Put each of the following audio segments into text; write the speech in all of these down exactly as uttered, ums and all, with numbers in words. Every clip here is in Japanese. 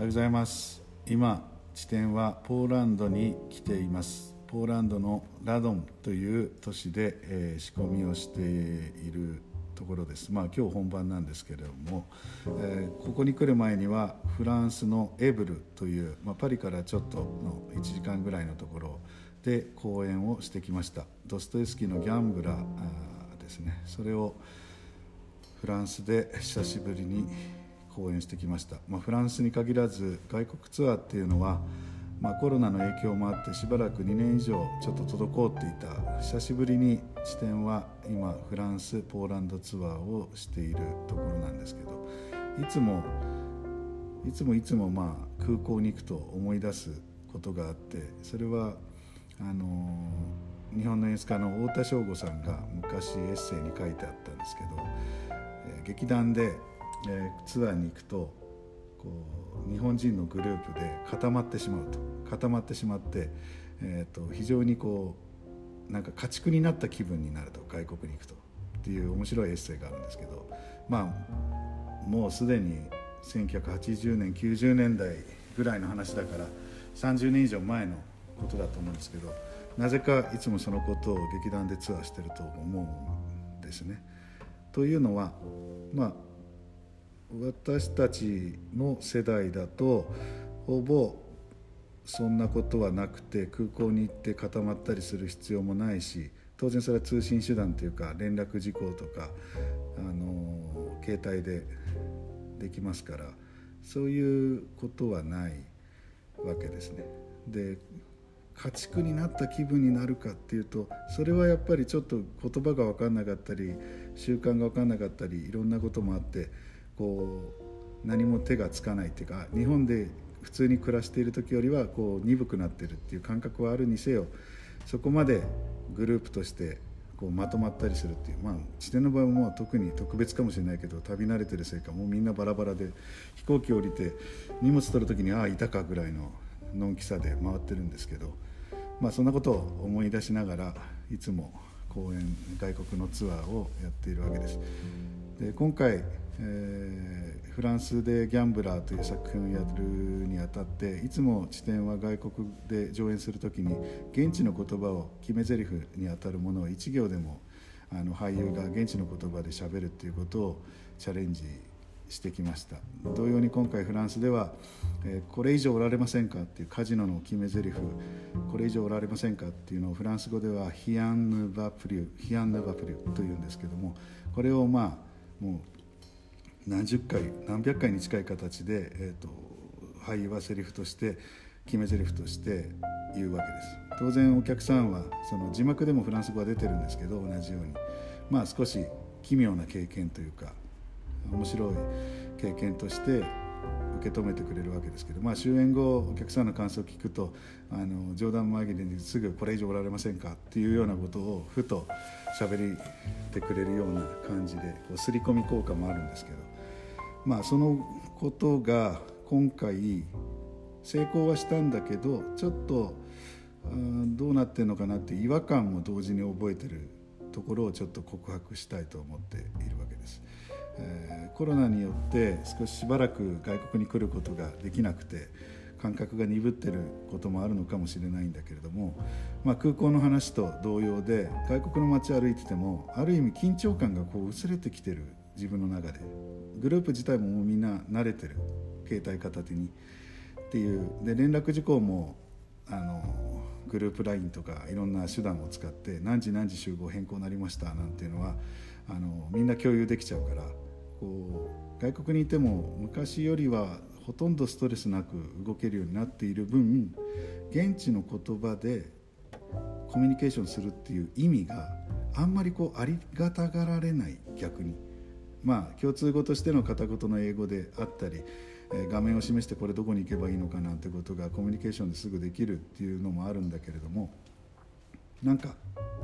おはようございます。今地点はポーランドに来ています。ポーランドのラドンという都市で、えー、仕込みをしているところです。まあ今日本番なんですけれども、えー、ここに来る前にはフランスのエブルという、まあ、パリからちょっとのいちじかんぐらいのところで講演をしてきました。ドストエフスキーのギャンブラーですね。それをフランスで久しぶりに講演してきました。まあ、フランスに限らず外国ツアーっていうのは、まあ、コロナの影響もあってしばらくにねん以上ちょっと滞っていた。久しぶりに地点は今フランスポーランドツアーをしているところなんですけど、いつもいつもいつもまあ空港に行くと思い出すことがあって、それはあの日本の演出家の太田省吾さんが昔エッセイに書いてあったんですけど、えー、劇団でえー、ツアーに行くとこう日本人のグループで固まってしまうと固まってしまって、えー、と非常にこうなんか家畜になった気分になると、外国に行くとっていう面白いエッセイがあるんですけど、まあもうすでにせんきゅうひゃくはちじゅうねんきゅうじゅうねんだいぐらいの話だからさんじゅうねん以上前のことだと思うんですけど、なぜかいつもそのことを劇団でツアーしてると思うんですね。というのはまあ私たちの世代だとほぼそんなことはなくて、空港に行って固まったりする必要もないし、当然それは通信手段というか連絡事項とかあの携帯でできますから、そういうことはないわけですね。で、家畜になった気分になるかっていうと、それはやっぱりちょっと言葉が分かんなかったり習慣が分かんなかったりいろんなこともあって、こう何も手がつかないっていうか、日本で普通に暮らしている時よりはこう鈍くなってるっていう感覚はあるにせよ、そこまでグループとしてこうまとまったりするっていう、まあ地点の場合も特に特別かもしれないけど、旅慣れてるせいかもうみんなバラバラで、飛行機降りて荷物取る時にああいたかぐらいののんきさで回ってるんですけど、まあそんなことを思い出しながらいつも公演外国のツアーをやっているわけです。で今回えー、フランスでギャンブラーという作品をやるにあたって、いつも地点は外国で上演するときに現地の言葉を決め台詞にあたるものを一行でもあの俳優が現地の言葉で喋るということをチャレンジしてきました。同様に今回フランスでは、えー、これ以上おられませんかっていうカジノの決め台詞、これ以上おられませんかっていうのをフランス語ではヒアンヌバプリュヒアンヌバプリュというんですけども、これをまあもう何十回何百回に近い形で、えーと、俳優はセリフとして決め台詞として言うわけです。当然お客さんはその字幕でもフランス語は出てるんですけど、同じようにまあ少し奇妙な経験というか面白い経験として受け止めてくれるわけですけど、まあ終演後お客さんの感想を聞くと、あの冗談紛れにすぐこれ以上おられませんかっていうようなことをふと喋りてくれるような感じで、こう刷り込み効果もあるんですけど、まあそのことが今回成功はしたんだけど、ちょっとどうなってるのかなっていう違和感も同時に覚えてるところをちょっと告白したいと思っているわけです。えー、コロナによって少ししばらく外国に来ることができなくて感覚が鈍ってることもあるのかもしれないんだけれども、まあ、空港の話と同様で外国の街歩いててもある意味緊張感がこう薄れてきてる。自分の中でグループ自体ももうみんな慣れてる、携帯片手にっていうで、連絡事項もあのグループ ライン とかいろんな手段を使って何時何時集合変更になりましたなんていうのはあのみんな共有できちゃうから、こう外国にいても昔よりはほとんどストレスなく動けるようになっている分、現地の言葉でコミュニケーションするっていう意味があんまりこうありがたがられない。逆にまあ共通語としての片言の英語であったり、えー、画面を示してこれどこに行けばいいのかなんてことがコミュニケーションですぐできるっていうのもあるんだけれども、なんか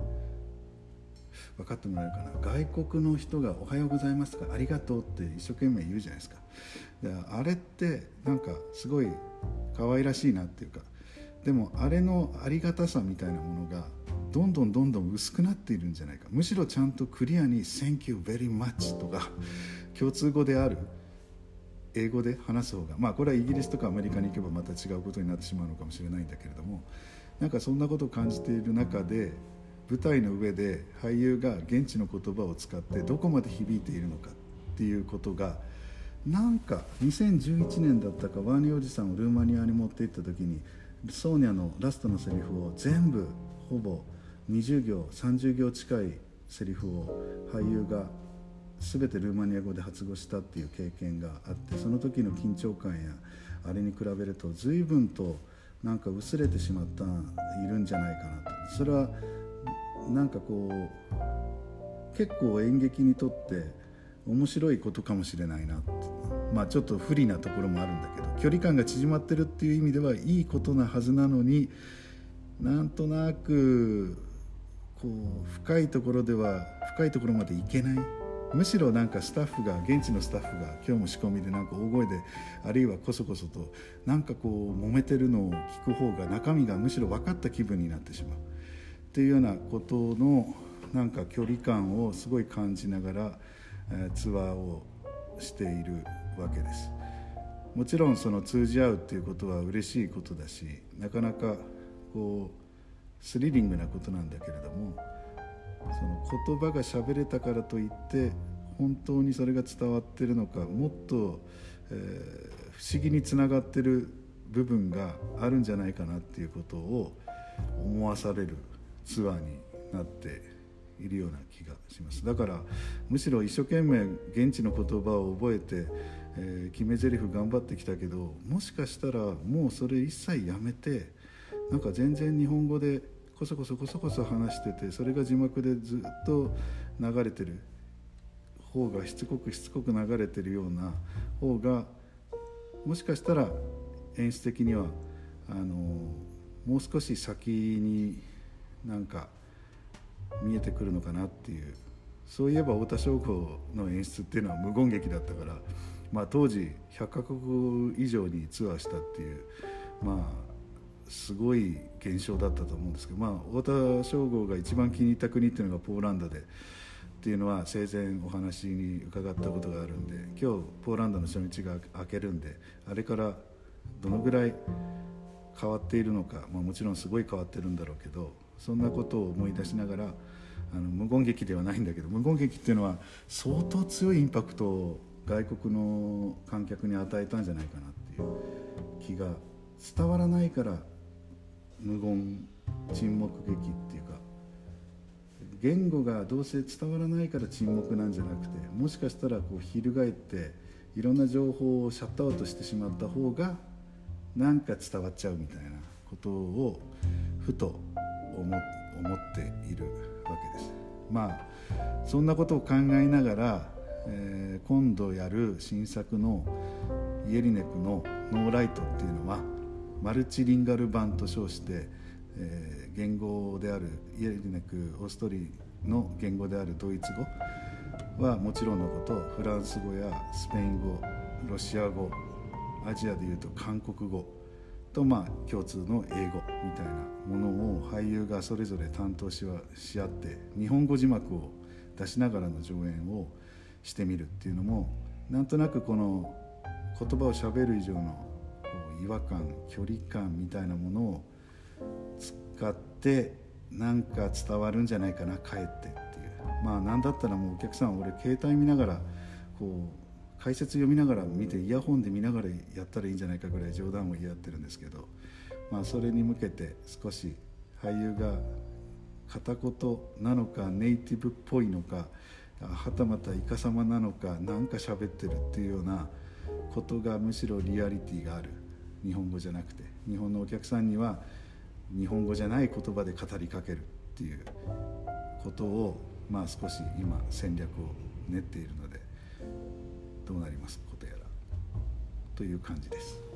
分かってもらえるかな、外国の人がおはようございますとかありがとうって一生懸命言うじゃないですか。であれってなんかすごい可愛らしいなっていうか、でもあれのありがたさみたいなものがどんどんどんどん薄くなっているんじゃないか。むしろちゃんとクリアに Thank you very much とか共通語である英語で話す方が、まあこれはイギリスとかアメリカに行けばまた違うことになってしまうのかもしれないんだけれども、なんかそんなことを感じている中で、舞台の上で俳優が現地の言葉を使ってどこまで響いているのかっていうことが、なんかにせんじゅういちねんだったか、ワーニーおじさんをルーマニアに持って行った時に、ソーニャのラストのセリフを全部ほぼにじゅうぎょうさんじゅうぎょう近いセリフを俳優が全てルーマニア語で発語したっていう経験があって、その時の緊張感やあれに比べると随分となんか薄れてしまったいるんじゃないかなと。それはなんかこう結構演劇にとって面白いことかもしれないなって、まあちょっと不利なところもあるんだけど、距離感が縮まってるっていう意味ではいいことなはずなのに、なんとなくこう深いところでは深いところまでいけない。むしろなんかスタッフが現地のスタッフが今日も仕込みでなんか大声で、あるいはこそこそとなんかこう揉めてるのを聞く方が中身がむしろ分かった気分になってしまうっていうようなことのなんか距離感をすごい感じながら、えー、ツアーをしているわけです。もちろんその通じ合うっていうことは嬉しいことだし、なかなかこうスリリングなことなんだけれども、その言葉が喋れたからといって本当にそれが伝わってるのか、もっと、えー、不思議につながってる部分があるんじゃないかなっていうことを思わされるツアーになっているような気がします。だからむしろ一生懸命現地の言葉を覚えて、えー、決め台詞頑張ってきたけど、もしかしたらもうそれ一切やめて、なんか全然日本語でこそこそこそこそ話してて、それが字幕でずっと流れてる方が、しつこくしつこく流れてるような方が、もしかしたら演出的にはあのもう少し先になんか見えてくるのかなっていう。そういえば太田省吾の演出っていうのは無言劇だったから、まあ、当時ひゃっかこく以上にツアーしたっていう、まあすごい現象だったと思うんですけど、まあ、太田省吾が一番気に入った国っていうのがポーランドでっていうのは生前お話に伺ったことがあるんで、今日ポーランドの初日が明けるんで、あれからどのぐらい変わっているのか、まあ、もちろんすごい変わってるんだろうけど、そんなことを思い出しながら、あの無言劇ではないんだけど、無言劇っていうのは相当強いインパクトを外国の観客に与えたんじゃないかなっていう気が、伝わらないから無言沈黙劇っていうか、言語がどうせ伝わらないから沈黙なんじゃなくて、もしかしたらこう翻っていろんな情報をシャットアウトしてしまった方がなんか伝わっちゃうみたいなことをふと思っているわけです。まあそんなことを考えながら、えー、今度やる新作のイエリネクのノーライトっていうのはマルチリンガル版と称して、えー、言語であるイエリネクオーストリーの言語であるドイツ語はもちろんのこと、フランス語やスペイン語、ロシア語、アジアでいうと韓国語と、まあ共通の英語みたいなものを俳優がそれぞれ担当し合って、日本語字幕を出しながらの上演をしてみるっていうのも、なんとなくこの言葉をしゃべる以上のこう違和感、距離感みたいなものを使ってなんか伝わるんじゃないかな、かえってっていう。まあなんだったらもうお客さん、俺携帯見ながらこう解説読みながら見て、イヤホンで見ながらやったらいいんじゃないかぐらい冗談を言い合ってるんですけど、まあそれに向けて少し俳優が片言なのかネイティブっぽいのか、はたまたイカサマなのか、なんか喋ってるっていうようなことがむしろリアリティがある、日本語じゃなくて、日本のお客さんには日本語じゃない言葉で語りかけるっていうことを、まあ少し今戦略を練っているので、どうなりますことやらという感じです。